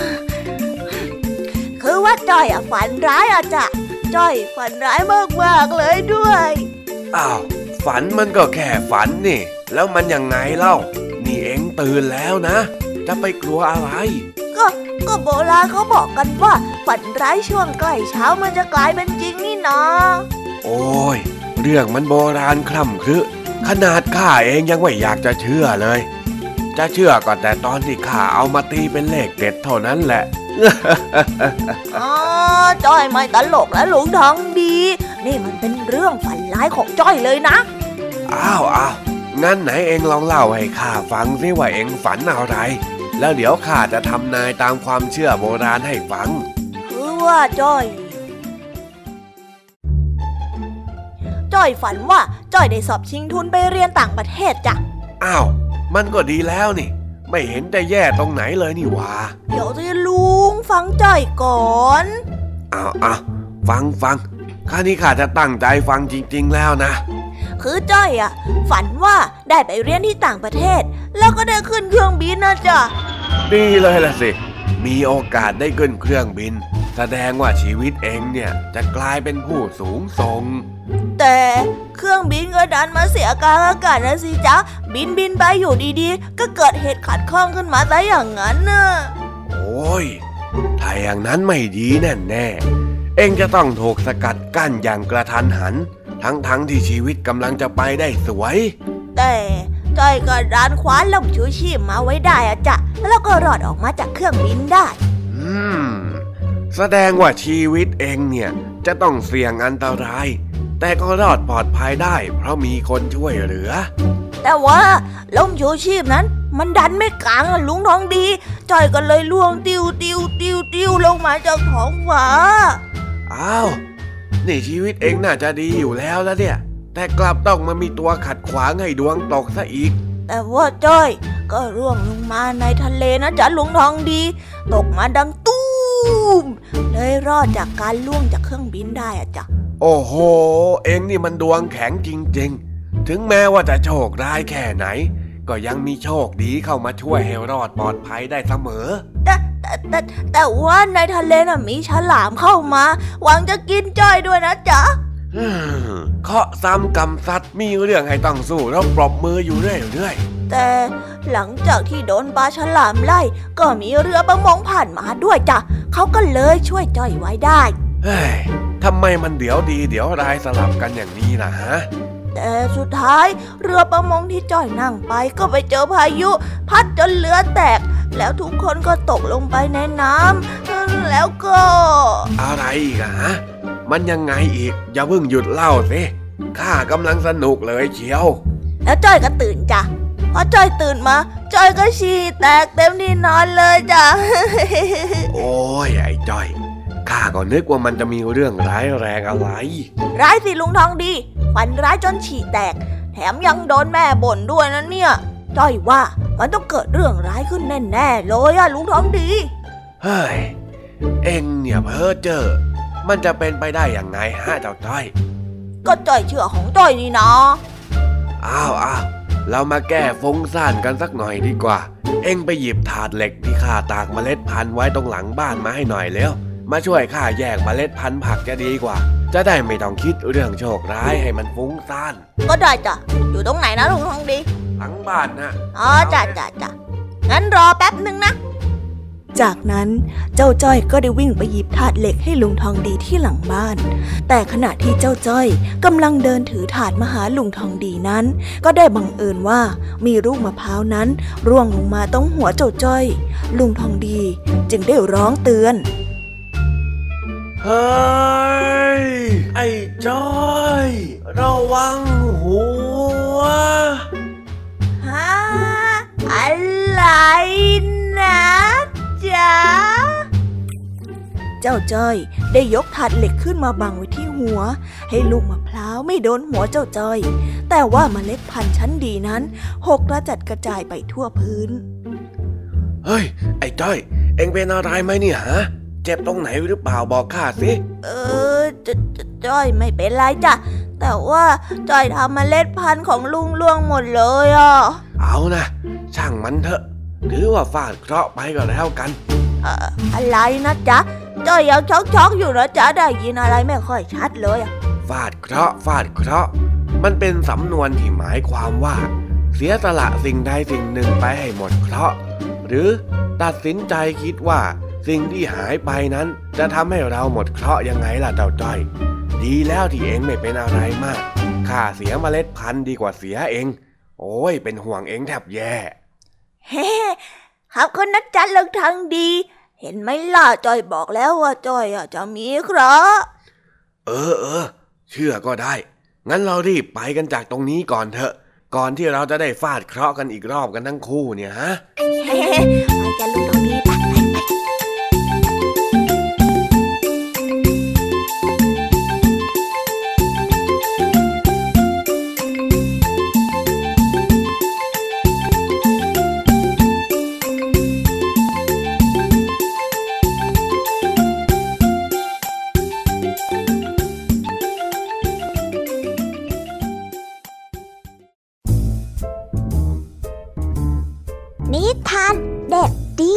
คือว่าจ้อยอะฝันร้ายอะจ้ะจ้อยฝันร้ายมากๆเลยด้วยอ้าวฝันมันก็แค่ฝันนี่แล้วมันยังไงเล่านี่เอ็งตื่นแล้วนะจะไปกลัวอะไรก็ก็โบราณเขาบอกกันว่าฝันร้ายช่วงใกล้เช้ามันจะกลายเป็นจริงนี่นาโอ้ยเรื่องมันโบราณคร่ำครึขนาดข้าเองยังไม่อยากจะเชื่อเลยจะเชื่อก็แต่ตอนที่ข้าเอามาตีเป็นเลขเด็ดเท่านั้นแหละอ๋อจ้อยไม่ตลกแล้วลุงทองดีนี่มันเป็นเรื่องฝันร้ายของจ้อยเลยนะอ้าวอ้าวงั้นไหนเองลองเล่าให้ข้าฟังสิว่าเองฝันอะไรแล้วเดี๋ยวข้าจะทำนายตามความเชื่อโบราณให้ฟังคือว่าจ้อยจ้อยฝันว่าจ้อยได้สอบชิงทุนไปเรียนต่างประเทศจ้ะอ้าวมันก็ดีแล้วนี่ไม่เห็นจะแย่ตรงไหนเลยนี่หว่าเดี๋ยวจะลุงฟังจ้อยก่อนอ้าวอ้าวฟังฟังข้านี่ข้าจะตั้งใจฟังจริงๆแล้วนะคือจ้อยอะฝันว่าได้ไปเรียนที่ต่างประเทศแล้วก็ได้ขึ้นเครื่องบินนะจ๊ะดีเลยล่ะสิมีโอกาสได้ขึ้นเครื่องบินแสดงว่าชีวิตเองเนี่ยจะกลายเป็นผู้สูงส่งแต่เครื่องบินก็ดันมาเสียกลางอากาศนะสิจ๊ะบินบินไปอยู่ดีๆก็เกิดเหตุขัดข้องขึ้นมาซะอย่างนั้นน่ะโอ้ยถ้าอย่างนั้นไม่ดีแน่แน่เองจะต้องถูกสกัดกั้นอย่างกระทันหันทั้งๆที่ชีวิตกำลังจะไปได้สวยแต่จ้อยก็ดันคว้าล่มชูชีพมาไว้ได้อะจ๊ะแล้วก็รอดออกมาจากเครื่องบินได้อืมแสดงว่าชีวิตเองเนี่ยจะต้องเสี่ยงอันตรายแต่ก็รอดปลอดภัยได้เพราะมีคนช่วยเหลือแต่ว่าล่มชูชีพนั้นมันดันไม่กลางลุงทองดีจ้อยก็เลยล่วงติ้วติ้วติ้วติ้วลงมาจากท้องฟ้าอ้าวนี่ชีวิตเองน่าจะดีอยู่แล้วแล้วเนี่ยแต่กลับต้องมามีตัวขัดขวางให้ดวงตกซะอีกแต่ว่าจ้อยก็ร่วงลงมาในทะเลนะจ๊ะลุงทองดีตกมาดังตู้มเลยรอดจากการล่วงจากเครื่องบินได้อะจ๊ะโอ้โหเองนี่มันดวงแข็งจริงๆถึงแม้ว่าจะโชคร้ายแค่ไหนก็ยังมีโชคดีเข้ามาช่วยให้รอดปลอดภัยได้เสมอแต่แต่แต่แต่ว่าในทะเลน่ะมีฉลามเข้ามาหวังจะกินจ้อยด้วยนะจ๊ะเคาะซ้ำกำซัดมีเรื่องให้ต้องสู้แล้วปรบมืออยู่เรื่อยๆแต่หลังจากที่โดนปลาฉลามไล่ก็มีเรือประมงผ่านมาด้วยจ้ะเขาก็เลยช่วยจ้อยไว้ได้เฮ้ยทำไมมันเดี๋ยวดีเดี๋ยวร้ายสลับกันอย่างนี้ล่ะฮะแต่สุดท้ายเรือประมงที่จ้อยนั่งไปก็ไปเจอพายุพัดจนเรือแตกแล้วทุกคนก็ตกลงไปในน้ำแล้วก็อะไรอีกอะฮะมันยังไงอีกอย่าเพิ่งหยุดเล่าสิข้ากำลังสนุกเลยเชียวแล้วจ้อยก็ตื่นจ้ะพอจ้อยตื่นมาจ้อยก็ฉี่แตกเต็มที่นอนเลยจ้ะโอ้ยไอ้จ้อยข้าก็นึกว่ามันจะมีเรื่องร้ายแรงอะไรร้ายสิลุงทองดีฝันร้ายจนฉี่แตกแถมยังโดนแม่บ่นด้วยนะเนี่ยจ้อยว่ามันต้องเกิดเรื่องร้ายขึ้นแน่ๆเลยอะลุงทองดีเฮ้ยเอ็งเนี่ยเพ้อเจ้อมันจะเป็นไปได้อย่างไงฮะเจ้าจ้อยก็จ้อยเชื่อของจ้อยนี่นะอ้าวอ้าวเรามาแก้ฟุ้งซ่านกันสักหน่อยดีกว่าเอ็งไปหยิบถาดเหล็กที่ข้าตากเมล็ดพันธุ์ไว้ตรงหลังบ้านมาให้หน่อยเร็วมาช่วยข้าแยกเมล็ดพันธุ์ผักจะดีกว่าจะได้ไม่ต้องคิดเรื่องโชคร้ายให้มันฟุ้งซ่านก็ได้จ้ะอยู่ตรงไหนนะลุงทองดีหลังบ้านนะอ๋อจ้ะจ้ะจ้ะงั้นรอแป๊บนึงนะจากนั้นเจ้าจ้อยก็ได้วิ่งไปหยิบถาดเหล็กให้ลุงทองดีที่หลังบ้านแต่ขณะที่เจ้าจ้อยกำลังเดินถือถาดมาหาลุงทองดีนั้นก็ได้บังเอิญว่ามีลูกมะพร้าวนั้นร่วงลงมาตรงหัวเจ้าจ้อยลุงทองดีจึงได้ร้องเตือนเฮ้ยไอ้จ้อยระวังหัวฮะอะไรนะจ๊ะเจ้าจ้อยได้ยกถาดเหล็กขึ้นมาบังไว้ที่หัวให้ลูกมะพร้าวไม่โดนหัวเจ้าจ้อยแต่ว่าเมล็ดพันธุ์ชั้นดีนั้นหกกระจัดกระจายไปทั่วพื้นเฮ้ยไอ้จ้อยเอ็งเป็นอะไรไหมเนี่ยฮะเจ็บตรงไหนหรือเปล่าบอกข้าสิเออจจ้อยไม่เป็นไรจ้ะแต่ว่าจอยทำเมล็ดพันธุ์ของลุงล่วงหมดเลยอ่ะเอานะช่างมันเถอะถือว่าฟาดเคราะห์ไปก็แล้วกันอะอะไรนะจ๊ะจอยยังช็อกๆอยู่นะจ๊ะได้ยินอะไรไม่ค่อยชัดเลยฟาดเคราะห์ฟาดเคราะห์มันเป็นสำนวนที่หมายความว่าเสียสละสิ่งใดสิ่งหนึ่งไปให้หมดเคราะห์หรือตัดสินใจคิดว่าสิ่งที่หายไปนั้นจะทำให้เราหมดเคราะห์ยังไงล่ะเจ้าจ้อยดีแล้วที่เองไม่เป็นอะไรมากข้าเสียเมล็ดพันธุ์ดีกว่าเสียเองโอ้ยเป็นห่วงเองแทบแย่เฮ้ขอบคุณนะจ๊ะลุงทองดีเห็นไหมล่ะจอยบอกแล้วว่าจอยจะมีเคราะห์เออเออเชื่อก็ได้งั้นเรารีบไปกันจากตรงนี้ก่อนเถอะก่อนที่เราจะได้ฟาดเคราะห์กันอีกรอบกันทั้งคู่เนี่ยฮะไปกันลุงทองดีไปนิทานเด็กดี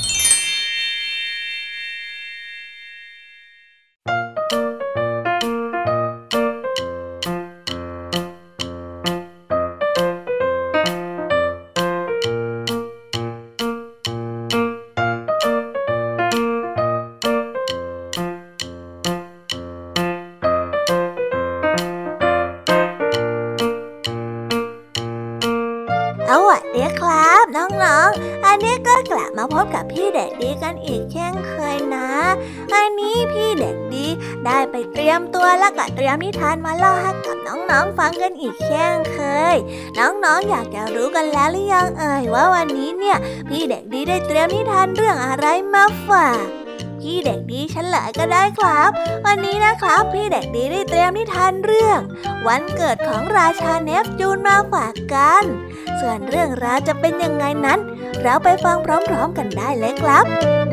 มาพบกับพี่เด็กดีกันอีกเช่นเคยนะวันนี้พี่เด็กดีได้ไปเตรียมตัวและก็เตรียมนิทานมาเล่าให้กับน้องๆฟังกันอีกเช่นเคยน้องๆอยากจะรู้กันแล้วหรือยังเอ่ยว่าวันนี้เนี่ยพี่เด็กดีได้เตรียมนิทานเรื่องอะไรมาฝากพี่เด็กดีเฉลยก็ได้ครับวันนี้นะครับพี่เด็กดีได้เตรียมนิทานเรื่องวันเกิดของราชาเนปจูนมาฝากกันส่วนเรื่องราวจะเป็นยังไงนั้นเราไปฟังพร้อมๆกันได้เลยครับ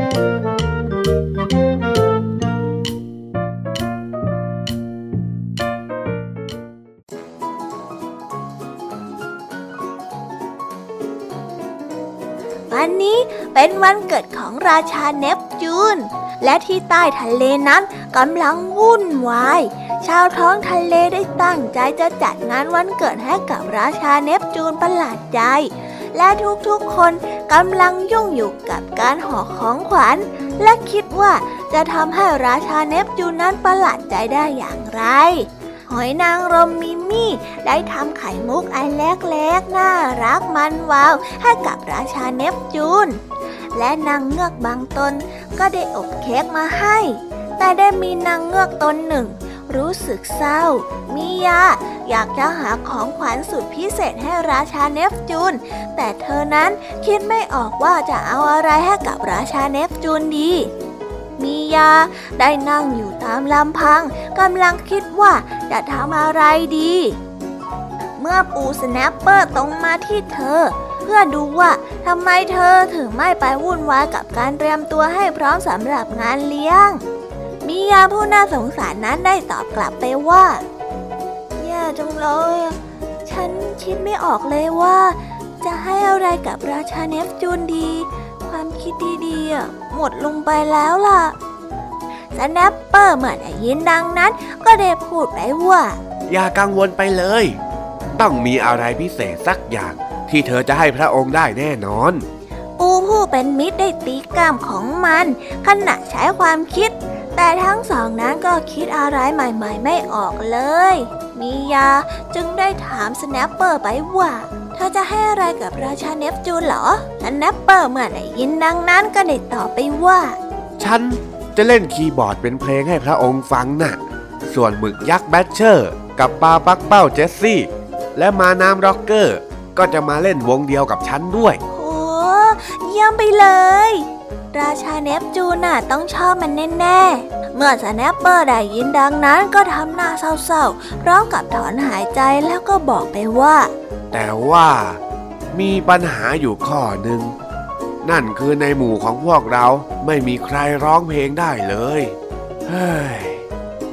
วันนี้เป็นวันเกิดของราชาเนปจูนและที่ใต้ทะเลนั้นกำลังวุ่นวายชาวท้องทะเลได้ตั้งใจจะจัดงานวันเกิดให้กับราชาเนปจูนประหลาดใจและทุกๆคนกำลังยุ่งอยู่กับการห่อของขวัญและคิดว่าจะทำให้ราชาเนปจูนนั้นประหลาดใจได้อย่างไรหอยนางรมมิมี่ได้ทำไข่มุกอันเล็กๆน่ารักมันวาวให้กับราชาเนปจูนและนางเงือกบางตนก็ได้อบเค้กมาให้แต่ได้มีนางเงือกตนหนึ่งรู้สึกเศร้ามิยาอยากจะหาของขวัญสุดพิเศษให้ราชาเนปจูนแต่เธอนั้นคิดไม่ออกว่าจะเอาอะไรให้กับราชาเนปจูนดีมิยาได้นั่งอยู่ตามลำพังกำลังคิดว่าจะทำอะไรดีเมื่อปูสแนปเปอร์ตรงมาที่เธอเพื่อดูว่าทำไมเธอถึงไม่ไปวุ่นวายกับการเตรียมตัวให้พร้อมสำหรับงานเลี้ยงมิยาผู้น่าสงสารนั้นได้ตอบกลับไปว่าแย่จังเลยฉันคิดไม่ออกเลยว่าจะให้อะไรกับราชาเนปจูนดีความคิดดีๆหมดลงไปแล้วล่ะสแนปเปอร์เมื่อได้ยินดังนั้นก็ได้พูดไปว่าอย่ากังวลไปเลยต้องมีอะไรพิเศษสักอย่างที่เธอจะให้พระองค์ได้แน่นอนปูผู้เป็นมิตรได้ตีกล้ามของมันขณะใช้ความคิดแต่ทั้งสองนั้นก็คิดอะไรใหม่ๆไม่ออกเลยมิยาจึงได้ถามสแนปเปอร์ไปว่าเธอจะให้อะไรกับราชาเนปจูนเหรอสแนปเปอร์เมื่อได้ยินดังนั้นก็ได้ตอบไปว่าฉันจะเล่นคีย์บอร์ดเป็นเพลงให้พระองค์ฟังน่ะส่วนหมึกยักษ์แบทเชอร์กับปลาปักเป้าเจสซี่และมาน้ำร็อกเกอร์ก็จะมาเล่นวงเดียวกับฉันด้วยโอ้เยี่ยมไปเลยราชาเนปจูนน่ะต้องชอบมันแน่ๆเมื่อสแนปเปอร์ได้ยินดังนั้นก็ทำหน้าเศร้าๆพร้อมกับถอนหายใจแล้วก็บอกไปว่าแต่ว่ามีปัญหาอยู่ข้อหนึ่งนั่นคือในหมู่ของพวกเราไม่มีใครร้องเพลงได้เลยเฮ้ย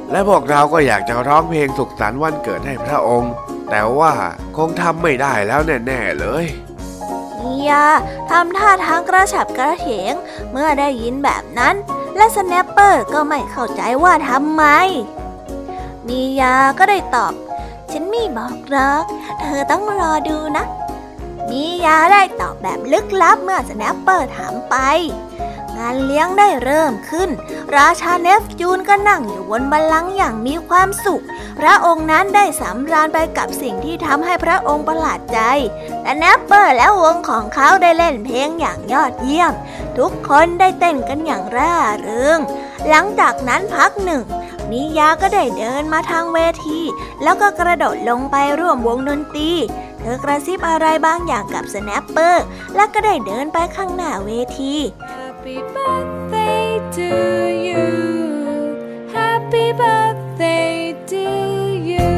และพวกเราก็อยากจะร้องเพลงสุขสันต์วันเกิดให้พระองค์แต่ว่าคงทำไม่ได้แล้วแน่ๆเลยมียาทำท่าทางกระฉับกระเฉงเมื่อได้ยินแบบนั้นและสแนปเปอร์ก็ไม่เข้าใจว่าทำไมมียาก็ได้ตอบฉันไม่บอกหรอกเธอต้องรอดูนะมียาได้ตอบแบบลึกลับเมื่อสแนปเปอร์ถามไปงานเลี้ยงได้เริ่มขึ้นราชาเนฟจูนก็นั่งอยู่บนบัลลังก์อย่างมีความสุขพระองค์นั้นได้สำราญไปกับสิ่งที่ทำให้พระองค์ประหลาดใจแต่แนปเปอร์และวงของเขาได้เล่นเพลงอย่างยอดเยี่ยมทุกคนได้เต้นกันอย่างร่าเริงหลังจากนั้นพักหนึ่งมิยาก็ได้เดินมาทางเวทีแล้วก็กระโดดลงไปร่วมวงดนตรีเธอกระซิบอะไรบางอย่างกับสแนปเปอร์และก็ได้เดินไปข้างหน้าเวที Happy birthday to you Happy birthday to you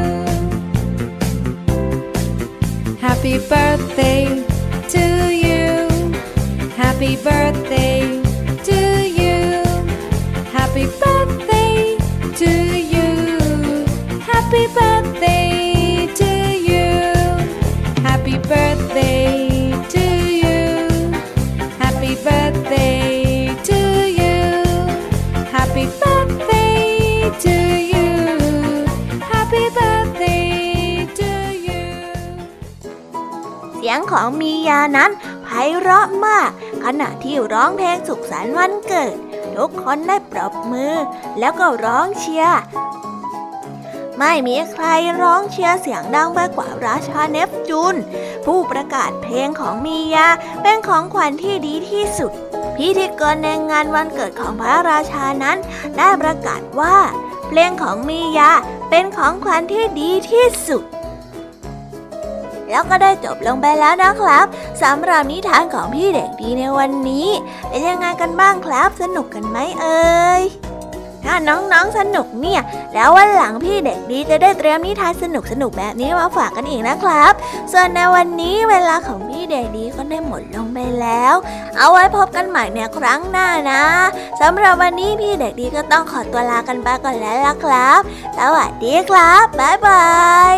Happy birthday to you Happy birthday to you Happy birthday to you Happy birthday to you Happy birthday to you Happy birthday to you Happy birthday to you Happy birthday to you เสียงของมียานั้นไพเราะมากขณะที่ร้องเพลงสุขสันต์วันเกิดทุกคนได้ปรบมือแล้วก็ร้องเชียร์ไม่มีใครร้องเชียร์เสียงดังไปกว่าราชาเนฟจูนผู้ประกาศเพลงของมียาเป็นของขวัญที่ดีที่สุดพิธีกรในงานวันเกิดของพระราชานั้นได้ประกาศว่าเพลงของมียาเป็นของขวัญที่ดีที่สุดแล้วก็ได้จบลงไปแล้วนะครับสำหรับนิทานของพี่เด็กดีในวันนี้เป็นยังไงกันบ้างครับสนุกกันไหมเอ่ยถ้าน้องๆสนุกเนี่ยแล้ววันหลังพี่เด็กดีจะได้เตรียมนิทานสนุกๆแบบนี้มาฝากกันอีกนะครับส่วนในวันนี้เวลาของพี่เด็กดีก็ได้หมดลงไปแล้วเอาไว้พบกันใหม่ในครั้งหน้านะสำหรับวันนี้พี่เด็กดีก็ต้องขอตัวลากันไปก่อนแล้วล่ะครับสวัสดีครับบ๊ายบาย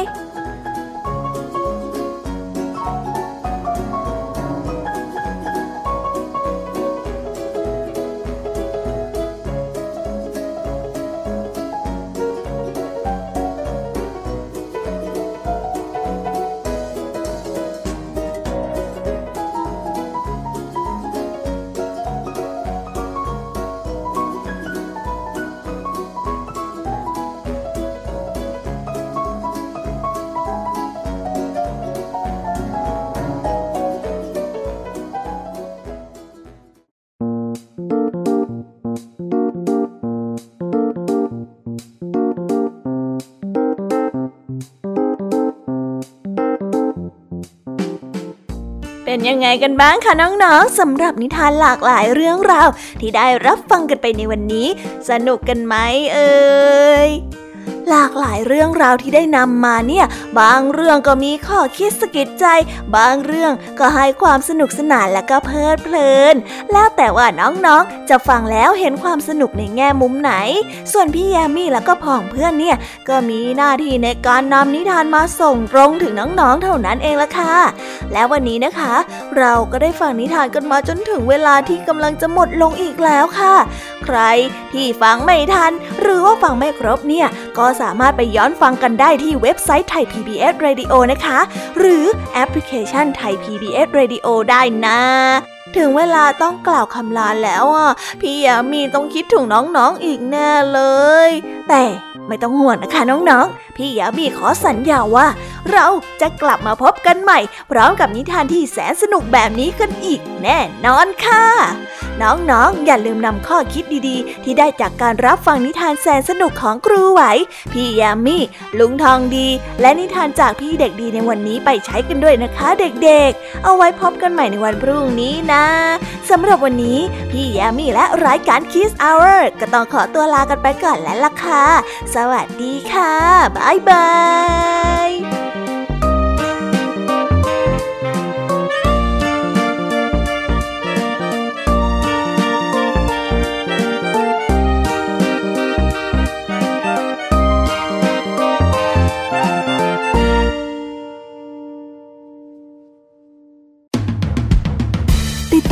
เป็นยังไงกันบ้างคะน้องๆสำหรับนิทานหลากหลายเรื่องราวที่ได้รับฟังกันไปในวันนี้สนุกกันไหมเอ่ยหลากหลายเรื่องราวที่ได้นำมาเนี่ยบางเรื่องก็มีข้อคิดสะกิดใจบางเรื่องก็ให้ความสนุกสนานและก็เพลิดเพลินแล้วแต่ว่าน้องๆจะฟังแล้วเห็นความสนุกในแง่มุมไหนส่วนพี่แยมมี่แล้วก็พ่องเพื่อนเนี่ยก็มีหน้าที่ในการนำนิทานมาส่งตรงถึงน้องๆเท่านั้นเองละค่ะและวันนี้นะคะเราก็ได้ฟังนิทานกันมาจนถึงเวลาที่กำลังจะหมดลงอีกแล้วค่ะใครที่ฟังไม่ทันหรือว่าฟังไม่ครบเนี่ยก็สามารถไปย้อนฟังกันได้ที่เว็บไซต์ Thai พี บี เอส Radio นะคะหรือแอปพลิเคชัน Thai พี บี เอส Radio ได้นะถึงเวลาต้องกล่าวคำลาแล้วอ่ะพี่ยามีต้องคิดถึงน้องๆอีกแน่เลยแต่ไม่ต้องห่วงนะคะน้องๆพี่ยามีขอสัญญาว่าเราจะกลับมาพบกันใหม่พร้อมกับนิทานที่แสนสนุกแบบนี้กันอีกแน่นอนค่ะน้องๆอย่าลืมนำข้อคิดดีๆที่ได้จากการรับฟังนิทานแสนสนุกของครูไหวพี่ยามีลุงทองดีและนิทานจากพี่เด็กดีในวันนี้ไปใช้กันด้วยนะคะเด็กๆเอาไว้พบกันใหม่ในวันพรุ่งนี้นะสำหรับวันนี้พี่ยามีและรายการ Kids Hour ก็ต้องขอตัวลากันไปก่อนแล้วล่ะค่ะสวัสดีค่ะบ๊ายบาย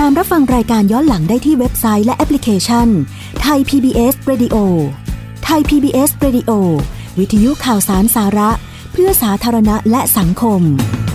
ตามรับฟังรายการย้อนหลังได้ที่เว็บไซต์และแอปพลิเคชัน Thai พี บี เอส Radio Thai พี บี เอส Radio วิทยุข่าวสารสาระเพื่อสาธารณะและสังคม